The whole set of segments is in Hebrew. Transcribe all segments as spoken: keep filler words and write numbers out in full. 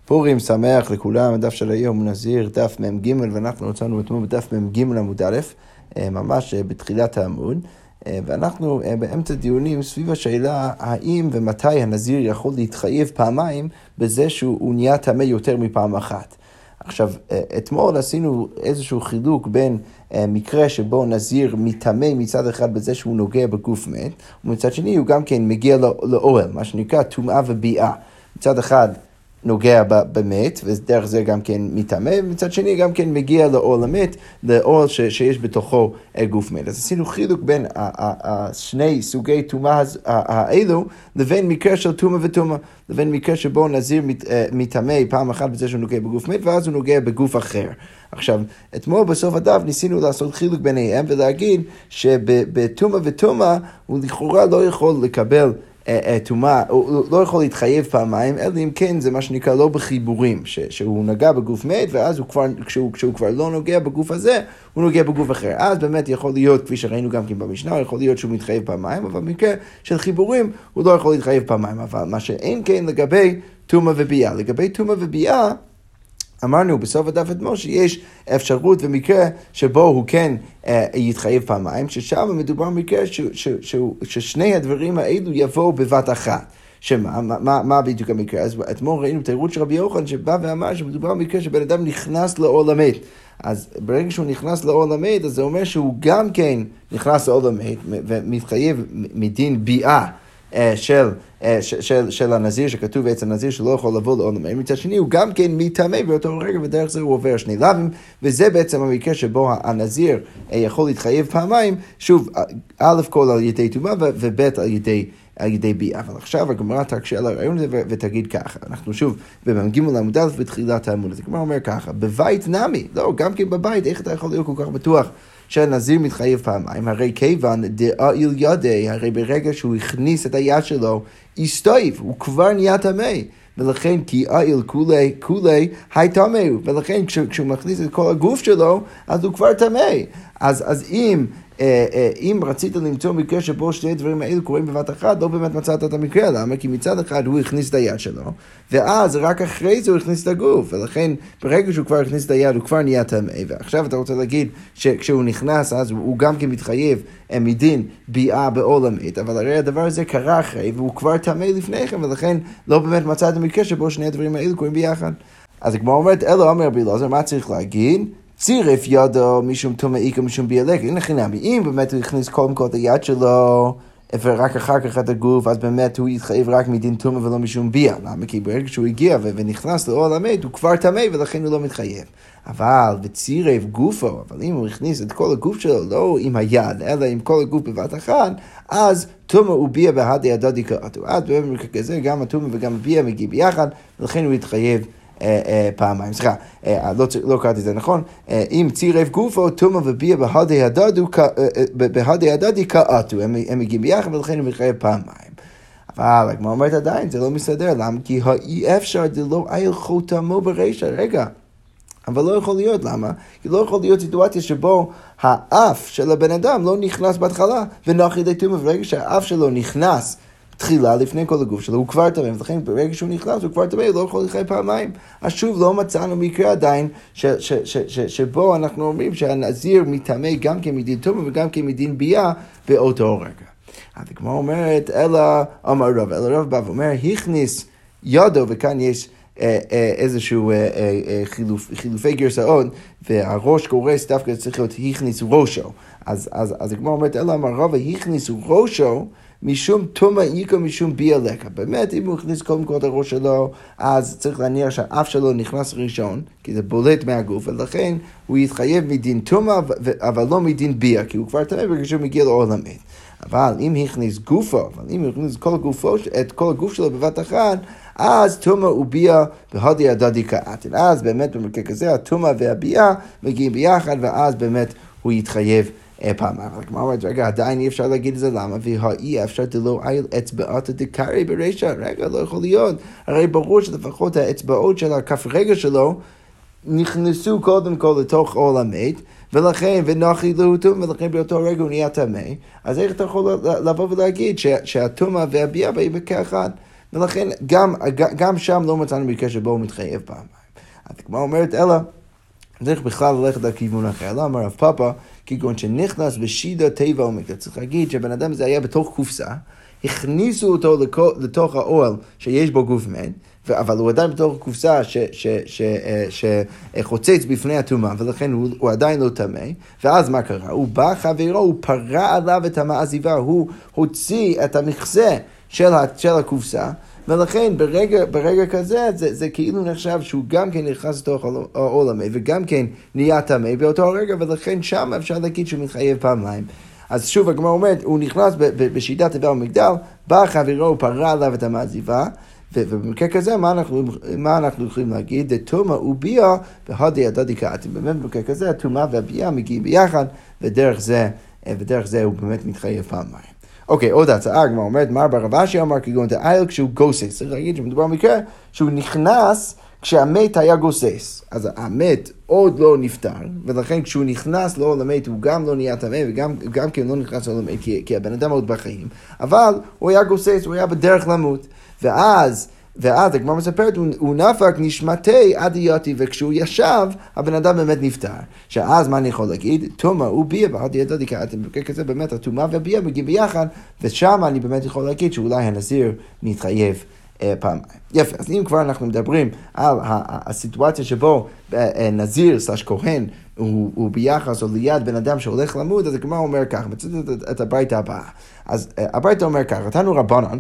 פורים שמח לכולם, הדף של היום הוא נזיר דף מ"ג, ואנחנו נוצרנו אתמול בדף מ"ג עמוד א', ממש בתחילת העמוד, ואנחנו באמצע דיונים סביב השאלה האם ומתי הנזיר יכול להתחייב פעמיים בזה שהוא נהיה טמא יותר מפעם אחת. עכשיו, אתמול עשינו איזשהו חילוק בין מקרה שבו נזיר מטמא מצד אחד בזה שהוא נוגע בגוף מת, ומצד שני הוא גם כן מגיע לאוהל, מה שנקרא טומאה וביאה. מצד אחד נוגע במת, ודרך זה גם כן מטמא, ומצד שני גם כן מגיע לאוהל המת, לאוהל ש- שיש בתוכו גוף מת. אז עשינו חילוק בין השני סוגי טומאה האלו, לבין מקרה של טומאה וטומאה, לבין מקרה שבו נזיר מטמא פעם אחת בזה שהוא נוגע בגוף מת, ואז הוא נוגע בגוף אחר. עכשיו, אתמול בסוף הדף ניסינו לעשות חילוק ביניהם, ולהגיד שבטומאה וטומאה הוא לכאורה לא יכול לקבל טומאה, הוא לא יכול להתחייב פעמיים, אלא אם כן זה מה שנקרא לא בחיבורים, ש, שהוא נגע בגוף מת, ואז הוא כבר, כשהוא, כשהוא כבר לא נוגע בגוף הזה, הוא נוגע בגוף אחר. אז באמת יכול להיות, כפי שראינו גם כן במשנה, יכול להיות שהוא מתחייב פעמיים, אבל במקרה של חיבורים הוא לא יכול להתחייב פעמיים. אבל מה שאין כן לגבי טומאה וביאה. לגבי טומאה וביאה, אמרנו בסוף הדף אתמול שיש אפשרות ומקרה שבו הוא כן אה, יתחייב פעמיים, ששם מדובר במקרה ש, ש, ש, ששני הדברים האלו יבואו בבת אחת. שמה, מה, מה, מה בדיוק המקרה? אז אתמול ראינו תירוץ של רבי יוחנן שבא ואמר שמדובר במקרה שבן אדם נכנס לאוהל המת. אז ברגע שהוא נכנס לאוהל המת, אז זה אומר שהוא גם כן נכנס לאוהל המת ומתחייב מדין ביאה של, של, של, של הנזיר, שכתוב אצל הנזיר שלא יכול לבוא לאוהל המת. מצד שני הוא גם כן מטמא באותו רגע, ודרך זה הוא עובר שני לבים, וזה בעצם המקרה שבו הנזיר יכול להתחייב פעמיים, שוב, א' כל על ידי טומאה וב' על ידי על ידי ביאה. אבל עכשיו הגמרא תקשה על הרעיון הזה ותגיד ככה, אנחנו שוב במ"ג עמוד א' בתחילת העמוד, אז הגמרא אומר ככה, בבית נמי, לא, גם כן בבית, איך אתה יכול להיות כל כך בטוח שהנזיר מתחייב פעמיים? הרי כיוון דאיל ידי, הרי ברגע שהוא הכניס את היד שלו, הסתייף, הוא כבר נהיה טמא. ולכן כי איל כולי, כולי, היי טמא, ולכן כש, כשהוא מכניס את כל הגוף שלו, אז הוא כבר טמא. אז, אז אם אם רצית למצוא מקרה שבו שני דברים האלו קורים בבת אחת, לא באמת מצאת את המקרה. למה? כי מצד אחד הוא הכניס את היד שלו, ואז רק אחרי זה הוא הכניס את הגוף, ולכן ברגע שהוא כבר הכניס את היד הוא כבר נהיה טמא. ועכשיו אתה רוצה להגיד שכשהוא נכנס אז הוא גם כן מתחייב מדין ביאה באוהל המת, אבל הרי הדבר הזה קרה אחרי והוא כבר טמא לפני כן, ולכן לא באמת מצאת את המקרה שבו שני הדברים האלו קורים ביחד. אז הגמרא אומרת, אלו אומר רבי אלעזר, מה צריך להגיד? צירף ידו משום טומאה איכא משום ביאה לקה. אין לכם נמי, אם באמת הוא הכניס קודם כל את היד שלו ורק אחר כך את הגוף, אז באמת הוא יתחייב רק מדין טומאה ולא משום ביאה. למה? כי ברגע שהוא הגיע ונכנס לאוהל המת הוא כבר טמא ולכן הוא לא מתחייב. אבל וצירף גופו, אבל אם הוא הכניס את כל הגוף שלו לא עם היד אלא עם כל הגוף בבת אחת, אז טומאה וביאה בהדי הדדי קאתו. אז במקרה כזה גם הטומאה וגם הביאה מגיעים ביחד, ולכן הוא יתחייב פעמיים. סליחה, לא קראתי את זה נכון. אם צירף גופו, טומאה וביאה בהדי הדדי קאתו, הם מגיעים ביחד ולכן הוא מתחייב פעמיים. אבל הגמרא אומרת עדיין, זה לא מסתדר. למה? כי אי אפשר דלא איל חותמו ברישא. רגע, אבל לא יכול להיות. למה? כי לא יכול להיות סיטואציה שבו האף של הבן אדם לא נכנס בהתחלה ונח ידי טומאה, וברגע שהאף שלו נכנס תחילה לפני כל הגוף שלו הוא כבר טמא, ולכן ברגע שהוא נכנס הוא כבר טמא, הוא לא יכול להתחייב פעמיים. אז שוב לא מצאנו מקרה עדיין ש, ש, ש, ש, שבו אנחנו אומרים שהנזיר מטמא גם כמדין טומאה וגם כמדין ביאה באותו רגע. אז כמו אומרת, אלא אמר רב, אלא רב בא ואומר, הכניס ידו, וכאן יש איזשהו חילוף, חילופי גרסאות, והראש קורס דווקא צריך להיות הכניס ראשו. אז, אז, אז כמו אומרת, אלא אמר רב, הכניס ראשו, משום טומאה איכא משום ביאה לקה. באמת, אם הוא הכניס קודם כל את הראש שלו, אז צריך להניח שהאף שלו נכנס ראשון, כי זה בולט מהגוף, ולכן הוא יתחייב מדין טומאה, אבל לא מדין ביאה, כי הוא כבר טמא ברגע שהוא מגיע לאוהל המת. אבל אם הכניס גופו, אבל אם הוא הכניס כל הגופו, את כל הגוף שלו בבת אחת, אז טומאה וביאה בהדי הדדי קאתו. אז באמת במקרה כזה, הטומאה והביאה מגיעים ביחד, ואז באמת הוא יתחייב פעמיים. אבל כמו אומרת, רגע, עדיין אי אפשר להגיד את זה. למה? והאי אפשר דלא איל אצבעות דקרי ברישא. רגע, לא יכול להיות. הרי ברור שלפחות האצבעות של הכף רגע שלו נכנסו קודם כל לתוך אוהל המת, ולכן, ונוחי להוטום, ולכן באותו רגע הוא נהיה טמא. אז איך אתה יכול לבוא ולהגיד שהטומאה והביאה באים בכאחד? ולכן גם, גם שם לא מצאנו מקרה שבו הוא מתחייב פעמיים. אז כמו אומרת אלה, צריך בכלל ללכת לכיוון אחר. לא אמר רב פאפא, כגון שנכנס בשידה טבע עומק. צריך להגיד שהבן אדם הזה היה בתוך קופסה, הכניסו אותו לתוך האוהל שיש בו גוף מת, אבל הוא עדיין בתוך קופסה שחוצץ בפני הטומאה, ולכן הוא, הוא עדיין לא טמא. ואז מה קרה? הוא בא חברו, הוא פרע עליו את המעזיבה, הוא הוציא את המכסה של, של הקופסה, ולכן ברגע, ברגע כזה זה, זה כאילו נחשב שהוא גם כן נכנס לתוך האוהל המת, וגם כן נהיה טמא באותו הרגע, ולכן שם אפשר להגיד שהוא מתחייב פעמיים. אז שוב, הגמרא אומרת, הוא נכנס בשיטת טבע ומגדל, בא חברו, הוא פרע עליו את המעזיבה, ובמקרה כזה, מה אנחנו, מה אנחנו יכולים להגיד? דתומא וביאה והדי הדדי קאטים. באמת במקרה כזה, התומא והביאה מגיעים ביחד, ודרך זה, ודרך זה הוא באמת מתחייב פעמיים. אוקיי, עוד הצעה, הגמרא אומרת, מר בר רב אשי אמר כגון דאייל כשהוא גוסס. צריך להגיד שמדובר במקרה שהוא נכנס כשהמת היה גוסס. אז המת עוד לא נפטר, ולכן כשהוא נכנס לעול המת הוא גם לא נהיה טמא, וגם גם כן לא נכנס לעול המת, כי, כי הבן אדם עוד בחיים. אבל הוא היה גוסס, הוא היה בדרך למות. ואז, ואז הגמרא מספרת, הוא, הוא נפק נשמתי עד יותי, וכשהוא ישב, הבן אדם באמת נפטר. שאז מה אני יכול להגיד? תומא וביאה ועד יותי, כי אתם בקר כזה באמת התומא והביאה מגיעים ביחד, ושם אני באמת יכול להגיד שאולי הנזיר מתחייב אה, פעמיים. יפה, אז אם כבר אנחנו מדברים על הסיטואציה שבו אה, נזיר סלש כהן, הוא, הוא ביחס או ליד בן אדם שהולך למות, אז הגמרא אומר ככה, מצאת את, את הברייתא הבאה. אז אה, הברייתא אומר ככה, תנו רבנן,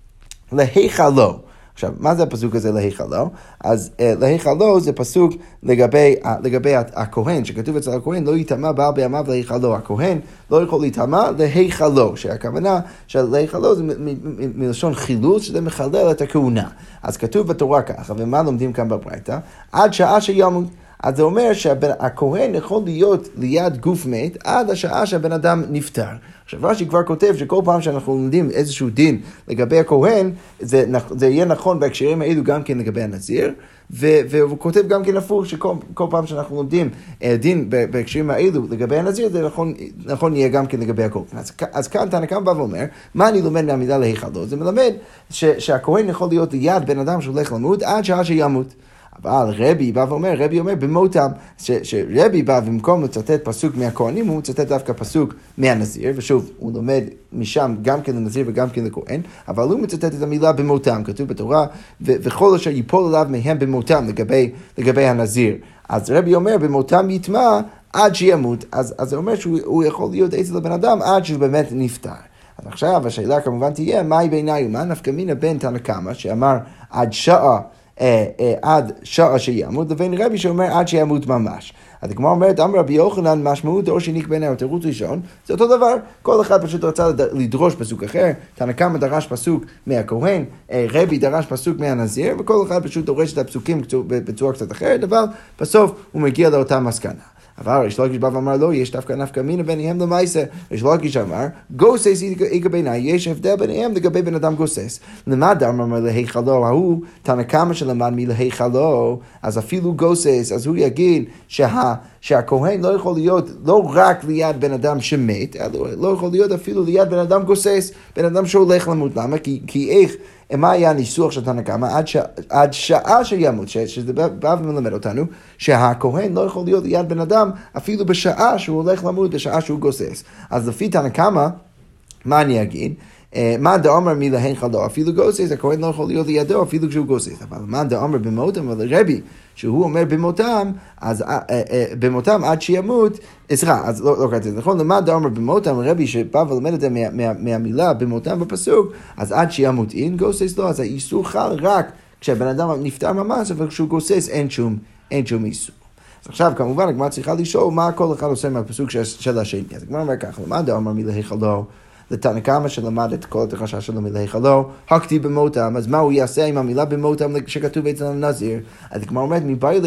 להיכלו. עכשיו, מה זה הפסוק הזה להיכלו? אז uh, להיכלו זה פסוק לגבי, uh, לגבי הכהן, שכתוב אצל הכהן, לא יטמא בעל בימיו להיכלו. הכהן לא יכול להיטמא להיכלו, שהכוונה של להיכלו זה מ- מ- מ- מלשון חילול, שזה מחלל את הכהונה. אז כתוב בתורה ככה, ומה לומדים כאן בברייתא? עד שעה שימות. אז זה אומר שהכהן יכול להיות ליד גוף מת עד השעה שהבן אדם נפטר. עכשיו, רש"י כבר כותב שכל פעם שאנחנו לומדים איזשהו דין לגבי הכהן, זה, זה יהיה נכון בהקשרים האלו גם כן לגבי הנזיר, ו, והוא כותב גם כן הפוך שכל כל פעם שאנחנו לומדים דין בהקשרים האלו לגבי הנזיר, זה נכון, נכון יהיה גם כן לגבי הכהן. אז, אז כאן תנא קמא בא ואומר, מה אני לומד מהמילה להיכלו? זה מלמד ש, שהכהן יכול להיות ליד בן אדם שהולך למות עד שעה שימות. אבל רבי בא ואומר, רבי אומר במותם, ש, שרבי בא במקום לצטט פסוק מהכהנים, הוא מצטט דווקא פסוק מהנזיר, ושוב, הוא לומד משם גם כן לנזיר וגם כן לכהן, אבל הוא מצטט את המילה במותם, כתוב בתורה, ו, וכל אשר ייפול עליו מהם במותם לגבי, לגבי הנזיר. אז רבי אומר, במותם יטמא עד שימות, אז, אז זה אומר שהוא יכול להיות אצל הבן אדם עד שהוא באמת נפטר. אז עכשיו השאלה כמובן תהיה, מהי בעיניי, מה נפקא מינה בין תנא קמא, שאמר עד שעה, אה, אה, עד שעה שימות, לבין רבי שאומר עד שימות ממש. אז כמו אומרת, אמר רבי יוחנן, משמעות דור שניק ביניהם, תירוץ ראשון, זה אותו דבר, כל אחד פשוט רצה לדרוש פסוק אחר, תנא קמא דרש פסוק מהכהן, אה, רבי דרש פסוק מהנזיר, וכל אחד פשוט דורש את הפסוקים בצורה קצת אחרת, אבל בסוף הוא מגיע לאותה מסקנה. אבל ריש לקיש בא ואמר לא, יש דווקא נפקא מינה ביניהם למעשה. ריש לקיש אמר, גוסס איכא בעיניי, יש הבדל ביניהם לגבי בן אדם גוסס. למד אמר להיכלו ההוא, תנא קמא שלמד מלהיכלו, אז אפילו גוסס, אז הוא יגיד שה, שהכהן לא יכול להיות לא רק ליד בן אדם שמת, אלא לא יכול להיות אפילו ליד בן אדם גוסס, בן אדם שהולך למות. למה? כי, כי איך, מה היה הניסוח של תנא קמא? עד, ש... עד שעה שימות, ש... שזה בא ומלמד אותנו, שהכהן לא יכול להיות ליד בן אדם, אפילו בשעה שהוא הולך למות, בשעה שהוא גוסס. אז לפי תנא קמא, מה אני אגיד? מה דאמר מלהיכלו, אפילו גוסס, הכהן לא יכול להיות לידו, אפילו כשהוא גוסס. אבל מה דאמר במותם, אבל רבי, שהוא אומר במותם, אז במותם עד שימות, סליחה, אז לא, לא קראתי, נכון? למה דאמר במותם, רבי שבא ולמד את זה מה, מה, מהמילה במותם בפסוק, אז עד שימות אין גוסס לא, אז האיסור חל רק כשהבן אדם נפטר ממש, אבל כשהוא גוסס אין שום, אין שום איסור. אז עכשיו כמובן הגמרא צריכה לשאול מה כל אחד עושה מהפסוק של השני. אז הגמרא אומר ככה, למה דאמר מלהיכלו? לתנא קמא שלמד את כל החשש שלו מלהיכלו, הכתיב במותם, אז מה הוא יעשה עם המילה במותם שכתוב אצל הנזיר? אז כמו אומרת, מבאי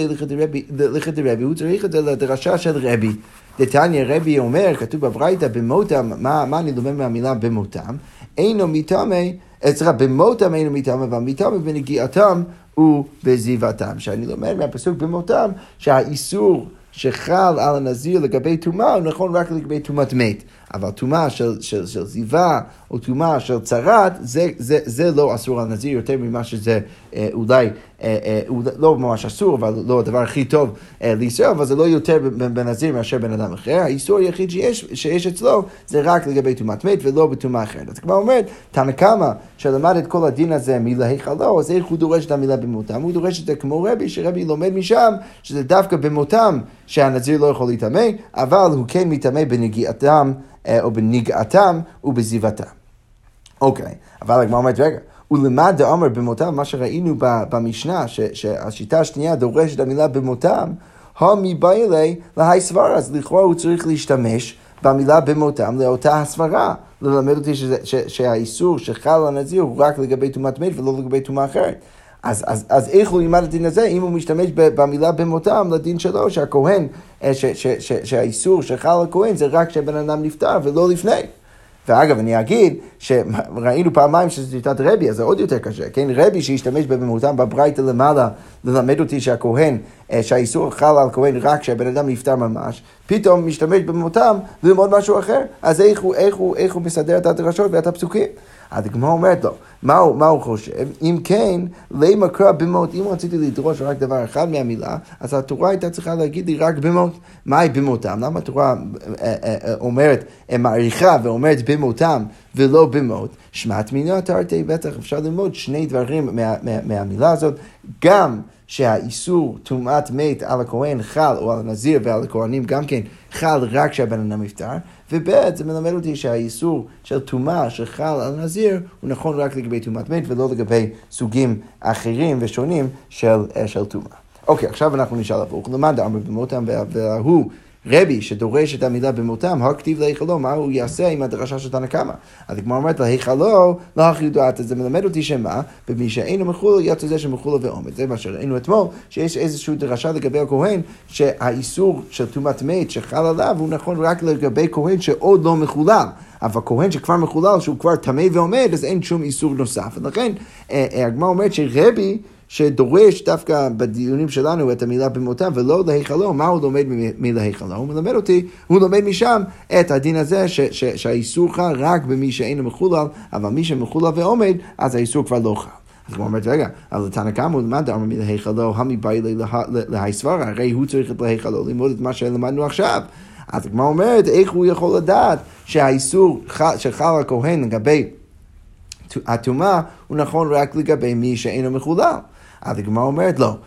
לכת דרבי, הוא צריך את זה לדרשה של רבי. דתניא רבי אומר, כתוב בברייתא במותם, מה, מה אני לומד מהמילה במותם? אינו מיטמא, סליחה, במותם אינו מיטמא, והמיטמא בנגיעתם ובזיבתם. שאני לומד מהפסוק במותם, שהאיסור שחל על הנזיר לגבי טומאה, הוא נכון רק לגבי טומאת מת. אבל טומאה של, של, של זיווה או טומאה של צרת, זה, זה, זה לא אסור על נזיר יותר ממה שזה אה, אולי, אה, אה, לא ממש אסור, אבל לא הדבר הכי טוב אה, לישראל, אבל זה לא יותר בנזיר מאשר בן אדם אחר. האיסור היחיד שיש, שיש אצלו זה רק לגבי טומאת מת ולא בטומאה אחרת. אז כבר אומרת, תנא קמא שלמד את כל הדין הזה מלהיכלו, אז איך הוא דורש את המילה במותם? הוא דורש את זה כמו רבי, שרבי לומד משם, שזה דווקא במותם שהנזיר לא יכול להתאמה, אבל הוא כן מתאמה בנגיעתם או בנגעתם ובזיוותם. אוקיי, אבל הגמרא אומרת, רגע, ולמד דאמר במותם, מה שראינו במשנה, ש, שהשיטה השנייה דורשת את המילה במותם, המבעילי להי סברה, אז לכאורה הוא צריך להשתמש במילה במותם לאותה הסברה, ללמד אותי שזה, ש, שהאיסור שחל על הנזיר הוא רק לגבי טומאת מת ולא לגבי טומאה אחרת. אז, אז, אז איך הוא ילמד את הדין הזה, אם הוא משתמש במילה במותם לדין שלו, שהכהן, ש, ש, ש, שהאיסור שחל על הכהן זה רק כשבן אדם נפטר ולא לפני. ואגב, אני אגיד שראינו פעמיים שזה שיטת רבי, אז זה עוד יותר קשה, כן? רבי שהשתמש במותם בברייתא למעלה, ללמד אותי שהכהן, שהאיסור חל על הכהן רק כשהבן אדם נפטר ממש, פתאום משתמש במותם ללמוד משהו אחר, אז איך הוא, איך הוא, איך הוא מסדר את הדרשות ואת הפסוקים? אז הגמרא אומרת לו, מה הוא, מה הוא חושב? אם כן, למה קרא במות? אם רציתי לדרוש רק דבר אחד מהמילה, אז התורה הייתה צריכה להגיד לי רק במות. מהי במותם? למה התורה אומרת, מעריכה ואומרת במותם ולא במות? שמעת מינה תרתי, בטח אפשר ללמוד שני דברים מה, מה, מהמילה הזאת, גם שהאיסור טומאת מת על הכהן חל, או על הנזיר ועל הכהנים גם כן, חל רק כשהבן אדם נפטר, וב' זה מלמד אותי שהאיסור של טומאה שחל על הנזיר הוא נכון רק לגבי טומאת מת ולא לגבי סוגים אחרים ושונים של, של טומאה. אוקיי, עכשיו אנחנו נשאל הפוך, למד דאמר במותם והוא רבי שדורש את המילה במותם, הכתיב להיכלו, מה הוא יעשה עם הדרשה של תנא קמא? אז כמו אומרת להיכלו, לא הכי דעת, זה מלמד אותי שמה, במי שאינו מחול, יצא זה שמחול ועומד. זה מה שראינו אתמול, שיש איזושהי דרשה לגבי הכהן, שהאיסור של טומאת מת שחל עליו, הוא נכון רק לגבי כהן שעוד לא מחולל. אבל כהן שכבר מחולל, שהוא כבר טמא ועומד, אז אין שום איסור נוסף. ולכן, הגמרא אומרת שרבי, שדורש דווקא בדיונים שלנו את המילה במותם ולא להיכלו, מה הוא לומד מלהיכלו? הוא מלמד אותי, הוא לומד משם את הדין הזה ש, ש, שהאיסור חל רק במי שאינו מחולל, אבל מי שמחולל ועומד, אז האיסור כבר לא חל. אז הוא אומר, רגע, אבל תנא קמא הוא למד דאמר מלהיכלו, המבאי להי סברה, הרי הוא צריך את להיכלו, ללמוד את מה שלמדנו עכשיו. אז כמו אומרת, איך הוא יכול לדעת שהאיסור שחל על הכהן לגבי הטומאה הוא נכון רק לגבי מי שאינו מחולל? אז הגמרא אומרת לא.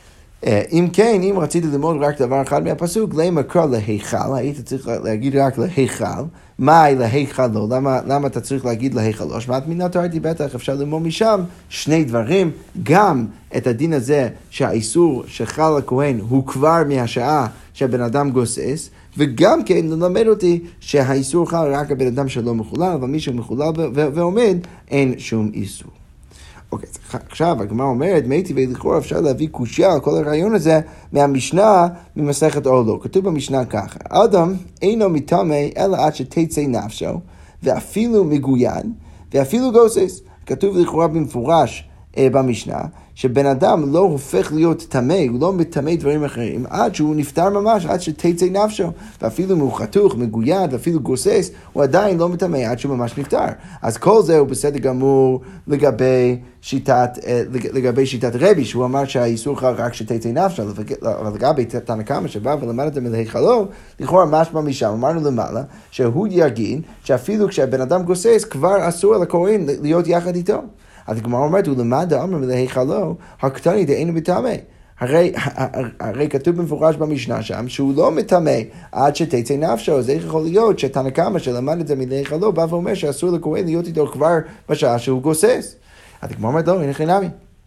אם כן, אם רציתי ללמוד רק דבר אחד מהפסוק, למה קרא להיכל, היית צריך להגיד רק להיכל, מהי להיכל לא? למה, למה אתה צריך להגיד להיכל לא? שמעת מינה תרתי, בטח אפשר ללמוד משם שני דברים, גם את הדין הזה שהאיסור שחל לכהן הוא כבר מהשעה שהבן אדם גוסס, וגם כן ללמד אותי שהאיסור חל רק הבן אדם שלא מחולל, אבל מי שמחולל ועומד אין שום איסור. אוקיי, עכשיו הגמרא אומרת, מייטי ולכאורה אפשר להביא קושיה על כל הרעיון הזה מהמשנה ממסכת אורלו. כתוב במשנה ככה, אדם אינו מטמא אלא עד שתצא נפשו, ואפילו מגויין, ואפילו גוסס. כתוב לכאורה במפורש אה, במשנה, שבן אדם לא הופך להיות טמא, הוא לא מטמא דברים אחרים, עד שהוא נפטר ממש, עד שתצא נפשו. ואפילו אם הוא חתוך, מגויד, ואפילו גוסס, הוא עדיין לא מטמא עד שהוא ממש נפטר. אז כל זה הוא בסדר גמור לגבי שיטת, לגבי שיטת רבי, שהוא אמר שהאיסור חל רק שתצא נפשו, אבל לגבי תנא קמא שבא ולמד את זה מלהיכלו, לכאורה משמע משם, אמרנו למעלה, שהוא יגיד שאפילו כשהבן אדם גוסס, כבר אסור לכהן להיות יחד איתו. אז הגמרא אומרת, הוא למד דאמר מלהיכלו, הקטני דאינו מטמא. הרי, הרי כתוב במפורש במשנה שם, שהוא לא מטמא עד שתצא נפשו, אז איך יכול להיות שתנא קמא שלמד את זה מלהיכלו, בא ואומר שאסור לכהן להיות איתו כבר בשעה שהוא גוסס. אז הגמרא אומרת, לא, הנה חינמי.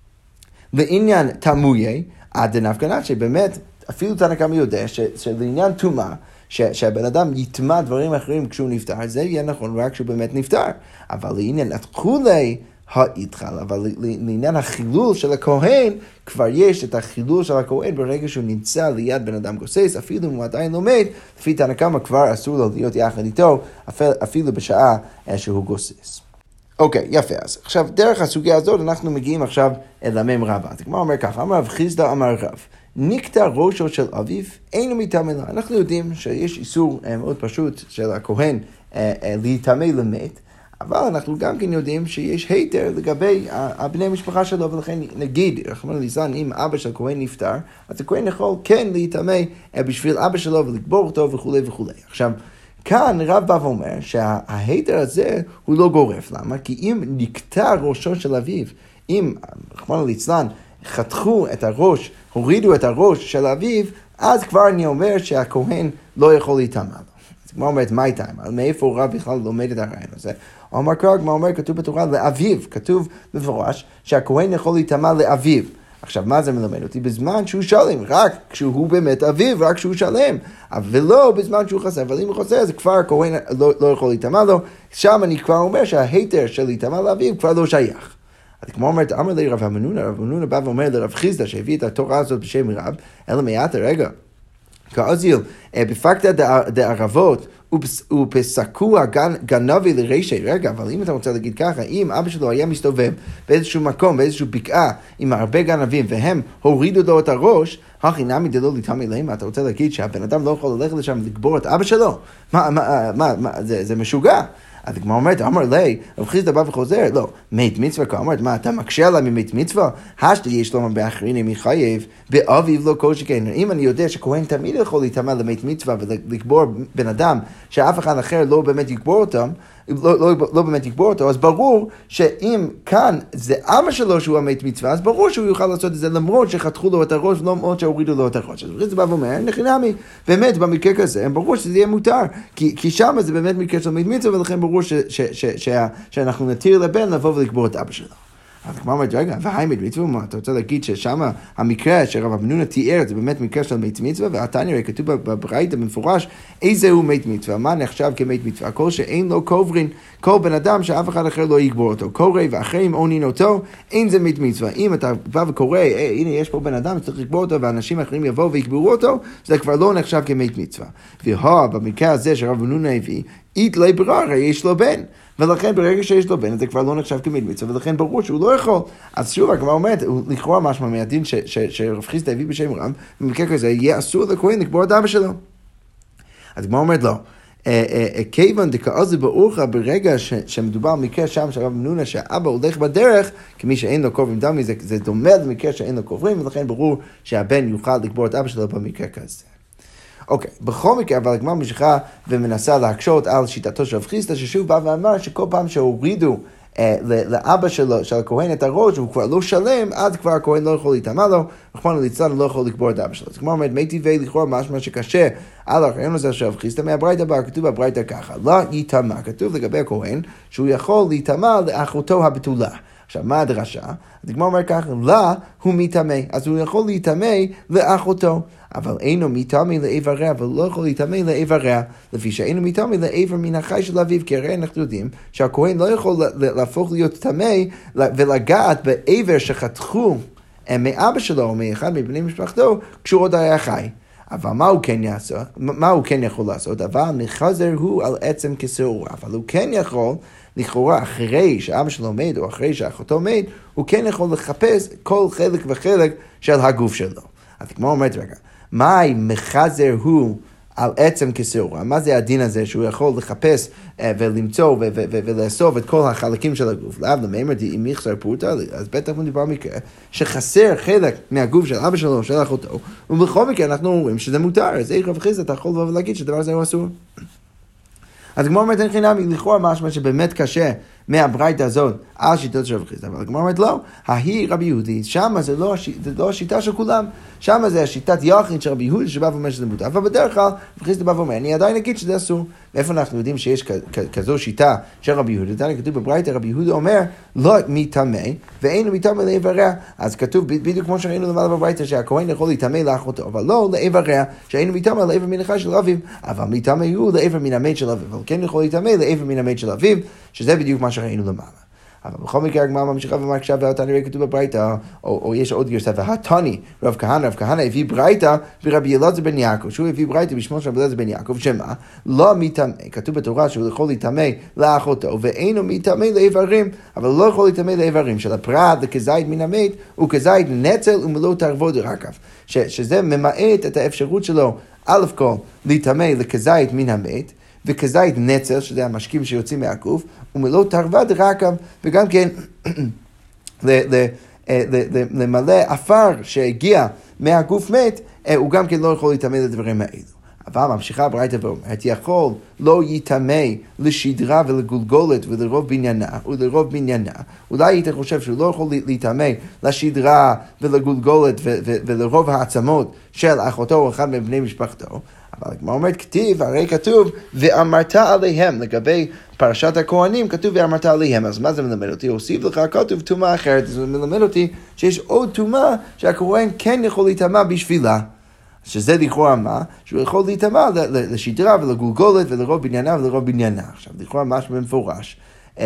לעניין תמויה, עד דנפקא נפשי, באמת, אפילו תנא קמא יודע שלעניין טומאה, שהבן אדם יטמא דברים אחרים כשהוא נפטר, זה יהיה נכון רק כשהוא באמת נפטר. אבל לעניין התכולי, האיתחל, אבל לעניין החילול של הכהן, כבר יש את החילול של הכהן ברגע שהוא נמצא ליד בן אדם גוסס, אפילו אם הוא עדיין לומד, לפי תנא קמא כבר אסור לו להיות יחד איתו, אפילו בשעה שהוא גוסס. אוקיי, יפה. אז עכשיו, דרך הסוגיה הזאת, אנחנו מגיעים עכשיו אל המם רבא. אז כמו אומר ככה, אמר רב חיסדא אמר רב, נקטע ראשו של אביו, אינו מטמא לה. אנחנו יודעים שיש איסור מאוד פשוט של הכהן, להיטמא למת, אבל אנחנו גם כן יודעים שיש היתר לגבי הבני המשפחה שלו, ולכן נגיד, רחמנא ליצלן, אם אבא של כהן נפטר, אז הכהן יכול כן להיטמא בשביל אבא שלו ולקבור אותו וכו' וכו'. עכשיו, כאן רב בא ואומר שההיתר הזה הוא לא גורף. למה? כי אם נקטע ראשו של אביו, אם, רחמנא ליצלן, חתכו את הראש, הורידו את הראש של אביו, אז כבר אני אומר שהכהן לא יכול להיטמא לו. אז כמו אומרת, מה איתם? מאיפה רב בכלל לומד את הרעיון הזה? הוא אמר כך, מה אומר? כתוב בתורה לאביו, כתוב מפורש שהכהן יכול להיטמא לאביו. עכשיו, מה זה מלמד אותי? בזמן שהוא שלם, רק כשהוא באמת אביו, רק כשהוא שלם, ולא בזמן שהוא חסר. אבל אם הוא חסר, אז כבר הכהן לא, לא יכול להיטמא לו. שם אני כבר אומר שההיתר של להיטמא לאביו כבר לא שייך. אז כמו אומרת, אמר לי רב המנונה, רב המנונה בא ואומר לרב חיסדא שהביא את התורה הזאת בשם רב, אלא מעט הרגע. כאזיל, בפקתא דערבות ופסקוע גנבי לרישי. רגע, אבל אם אתה רוצה להגיד ככה, אם אבא שלו היה מסתובב באיזשהו מקום, באיזשהו בקעה עם הרבה גנבים, והם הורידו לו את הראש, הכי נמי דלא להיטמא להם, אתה רוצה להגיד שהבן אדם לא יכול ללכת לשם לקבור את אבא שלו? מה, מה, מה, מה, זה, זה משוגע. אז כמו אומרת, אמר לי, רב חיסדא בא וחוזר, לא, מת מצווה, כמו אומרת, מה, אתה מקשה עליי ממת מצווה? השתי יש לו באחרים מחייב, באביו לא כל שכן. אם אני יודע שכהן תמיד יכול להיטמא למת מצווה ולקבור בן אדם שאף אחד אחר לא באמת יקבור אותם, לא, לא, לא באמת יקבור אותו, אז ברור שאם כאן זה אבא שלו שהוא המת מצווה, אז ברור שהוא יוכל לעשות את זה למרות שחתכו לו את הראש ולמרות שהורידו לו את הראש. אז זה בא ואומר, נחינמי, באמת במקרה כזה, ברור שזה יהיה מותר, כי, כי שם זה באמת מקרה של מת מצווה, ולכן ברור ש, ש, ש, ש, שאנחנו נתיר לבן לבוא ולקבור את אבא שלו. אז כמו אומרת, רגע, והי מת מצווה, מה, אתה רוצה להגיד ששם המקרה שרב המנונה תיאר, זה באמת מקרה של מת מצווה, ואתה נראה כתוב בברייתא במפורש, איזה הוא מת מצווה, מה נחשב כמת מצווה? כל שאין לו קוברין, כל בן אדם שאף אחד אחר לא יקבור אותו, קורא ואחרים עונין אותו, אין זה מת מצווה. אם אתה בא וקורא, הנה יש פה בן אדם שצריך לקבור אותו, ואנשים אחרים יבואו ויקברו אותו, זה כבר לא נחשב כמת מצווה. והוא, במקרה הזה שרב המנונה הביא, אית לי בררה, יש לו בן. ולכן ברגע שיש לו בן, זה כבר לא נחשב כמת מצווה, ולכן ברור שהוא לא יכול. אז שוב, הגמרא אומרת, הוא לכאורה משמע מהדין שרב חיסדא הביא בשם רב, במקרה כזה יהיה אסור לכהן לקבור את אבא שלו. אז הגמרא אומרת לא. כיוון דכאזי באורחא, ברגע שמדובר על מקרה שם של רב המנונה שהאבא הולך בדרך, כמי שאין לו קוברים דמי, זה, זה דומה למקרה שאין לו קוברים, ולכן ברור שהבן יוכל לקבור את אבא שלו במקרה כזה. אוקיי, בכל מקרה, אבל הגמרא ממשיכה ומנסה להקשות על שיטתו של רב חיסדא, ששוב בא ואמר שכל פעם שהורידו אה, לאבא שלו, של הכהן את הראש, הוא כבר לא שלם, אז כבר הכהן לא יכול להיטמא לו, רחמנא ליצלן לא יכול לקבור את אבא שלו. אז כמו אומרת, מי טבעי לכאורה משמע שקשה על הרעיון הזה של רב חיסדא, מהברייתא הבאה, כתוב בברייתא ככה, לא ייטמא, כתוב לגבי הכהן, שהוא יכול להיטמא לאחותו הבתולה. עכשיו, מה הדרשה? אז הגמרא אומר ככה, לה הוא מיטמא, אז הוא יכול להיטמא לאחותו, אבל אינו מיטמא לאיבריה, אבל לא יכול להיטמא לאיבריה, לפי שאינו מיטמא לאיבר מן החי של אביו, כי הרי אנחנו יודעים שהכהן לא יכול להפוך להיות טמא ולגעת באיבר שחתכו מאבא שלו או מאחד מבני משפחתו כשהוא עוד היה חי. אבל מה הוא כן יעשה? מה הוא כן יכול לעשות? אבל מחזר הוא על עצם כשעורה, אבל הוא כן יכול לכאורה, אחרי שאבא שלו מת, או אחרי שאחותו מת, הוא כן יכול לחפש כל חלק וחלק של הגוף שלו. אז כמו אומרת, רגע, מה מחזר הוא על עצם כשעורה? מה זה הדין הזה שהוא יכול לחפש ולמצוא ולאסוף את כל החלקים של הגוף? לאו למאמר אם יחסר פורטה, אז בטח מדובר מקרה שחסר חלק מהגוף של אבא שלו, של אחותו, ובכל מקרה אנחנו אומרים שזה מותר, אז איך רב חיסדא אתה יכול להגיד שדבר הזה הוא אסור? אז הגמרא אומרת, אין חינם, לכאורה משמע שבאמת קשה מהברייתא הזאת על שיטות של רב חיסדא, אבל הגמרא אומרת לא, ההיא רבי יהודי, שמה זה לא, זה לא השיטה של כולם, שמה זה השיטת יחיד של רבי יהודי שבא ואומר שזה מותר, אבל בדרך כלל רב חיסדא בא ואומר, אני עדיין אגיד שזה אסור. ואיפה אנחנו יודעים שיש כזו שיטה של רבי יהודי? דני כתוב בברייתא, רבי יהודי אומר, לא מיטמא, ואין מיטמא לאיבריה. אז כתוב בדיוק כמו שראינו למעלה בברייתא, שהכהן יכול להיטמא לאחותו, אבל לא לאיבריה, שאין מיטמא לאיבר מן החי של אביו, אבל מיטמא הוא לאיבר מן המת של אביו, אבל כן יכול להיטמא לאיבר מן המת של אביו, שזה בדיוק מה שראינו למעלה. אבל בכל מקרה הגמרא ממשיכה ומקשה, והתנא נראה כתוב בברייתא, או, או יש עוד גרסה, והתני, רב כהנא, רב כהנא הביא ברייתא ברבי אלעזר בן יעקב, שהוא הביא ברייתא בשמו של רבי אלעזר בן יעקב, שמה? לא מיטמא, כתוב בתורה שהוא יכול להיטמא לאחותו, ואינו מיטמא לאיברים, אבל לא יכול להיטמא לאיברים, של הפרט לכזית מן המת, וכזית נצל ומלוא תערבוד רקב, ש, שזה ממעט את האפשרות שלו, א' כל, להיטמא לכזית מן המת, וכזית נצל, שזה המשקים שיוצאים מהגוף, ומלוא תרווה דרקב, וגם כן למלא אפר שהגיע מהגוף מת, הוא גם כן לא יכול להתאמן לדברים האלו. אבל ממשיכה הברייתא ואומרת, יכול לא יטמא לשדרה ולגולגולת ולרוב בניינה ולרוב בניינה. אולי היית חושב שהוא לא יכול להיטמא לשדרה ולגולגולת ולרוב העצמות של אחותו או אחד מבני משפחתו. אבל כמו אומרת כתיב, הרי כתוב ואמרת עליהם, לגבי פרשת הכהנים כתוב ואמרת עליהם. אז מה זה מלמד אותי? הוסיף לך כתוב טומאה אחרת. זה מלמד אותי שיש עוד טומאה שהכהן כן יכול להיטמא בשבילה. שזה לכאורה מה? שהוא יכול להיטמא לשדרה ולגולגולת ולרוב בניינה ולרוב בניינה. עכשיו, לכאורה משהו במפורש,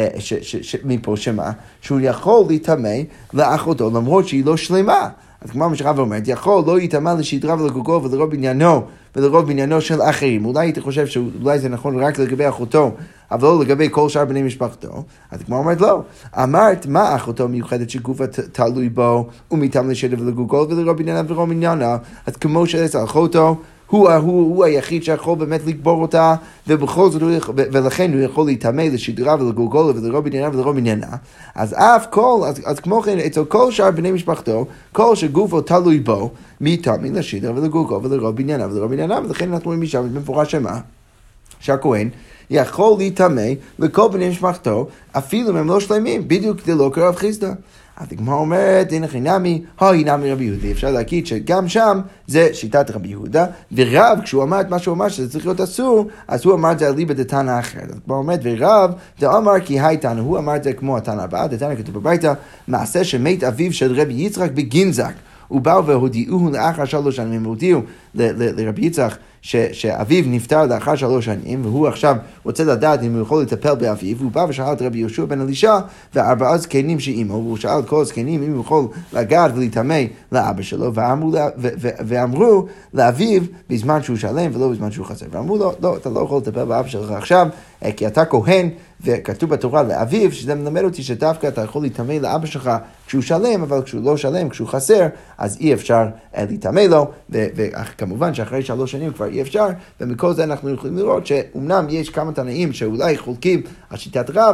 מפה שמה? שהוא יכול להיטמא לאחותו למרות שהיא לא שלמה. אז כמו המשכה ואומרת, יכול לא להיטמא לשדרה ולגולגולת ולרוב בניינו ולרוב בניינו של אחרים. אולי היית חושב שאולי זה נכון רק לגבי אחותו, אבל לא לגבי כל שאר בני משפחתו. אז כמו אומרת לא. אמרת מה אחותו מיוחדת שגופה תלוי בו, ומטמא לשדרה ולגולגולת ולרוב בניינה ולרוב בניינה. אז כמו שאצל אחותו, הוא, הוא, הוא היחיד שיכול באמת לקבור אותה, ובכל זאת, ולכן הוא יכול להיטמא לשדרה ולגולגולת ולרוב בניינה ולרוב בניינה. אז אף כל, אז, אז כמו כן, אצל כל שאר בני משפחתו, כל שגופו תלוי בו, מטמא לשדרה ולגולגולת ולרוב בניינה ולרוב בניינה, ולכן אנחנו רואים משם במפורש שמה, שהכהן יכול להיטמא לכל בני משפחתו, אפילו אם הם לא שלמים, בדיוק כדי לא קרב חיסדא. אז הגמרא אומרת, הנה חינמי, הוי נמי רבי יהודה. אפשר להגיד שגם שם זה שיטת רבי יהודה, ורב, כשהוא אמר את מה שהוא אמר שזה צריך להיות אסור, אז הוא אמר את זה על ליבא דתנא אחרת. אז הגמרא אומרת, ורב, דאמר כי היי תנא, הוא אמר את זה כמו התנא הבא, דתנא כתוב בברייתא, מעשה שמת אביו של רבי יצחק בגנזק. ובאו והודיעוהו לאחר שלוש שנים, הם הודיעו לרבי יצחק שאביו נפטר לאחר שלוש שנים, והוא עכשיו רוצה לדעת אם הוא יכול לטפל באביו, והוא בא ושאל את רבי יהושע בן אלישע וארבעה זקנים שאימו, והוא שאל את כל הזקנים אם הוא יכול לגעת ולהיטמא לאבא שלו, ואמרו, ואמרו לאביו בזמן שהוא שלם ולא בזמן שהוא חסר. ואמרו לו, לא, אתה לא יכול לטפל באבא שלך עכשיו, כי אתה כהן, וכתוב בתורה לאביו, שזה מלמד אותי שדווקא אתה יכול להיטמא לאבא שלך כשהוא שלם, אבל כשהוא לא שלם, כשהוא חסר, אז אי אפשר להיטמא לו, וכמובן שאחרי שלוש שנים כבר אי אפשר, ומכל זה אנחנו יכולים לראות שאומנם יש כמה תנאים שאולי חולקים על שיטת רב,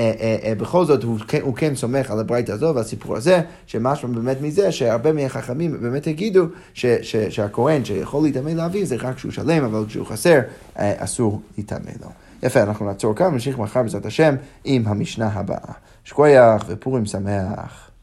בכל זאת הוא כן, הוא כן סומך על הברייתא הזו והסיפור הזה, שמשהו באמת מזה שהרבה מהחכמים באמת הגידו ש, ש, שהכהן שיכול להיטמא לאביו זה רק כשהוא שלם, אבל כשהוא חסר אסור להיטמא לו. יפה, אנחנו נעצור כאן ונמשיך מחר בעזרת השם עם המשנה הבאה. שכוייח ופורים שמח.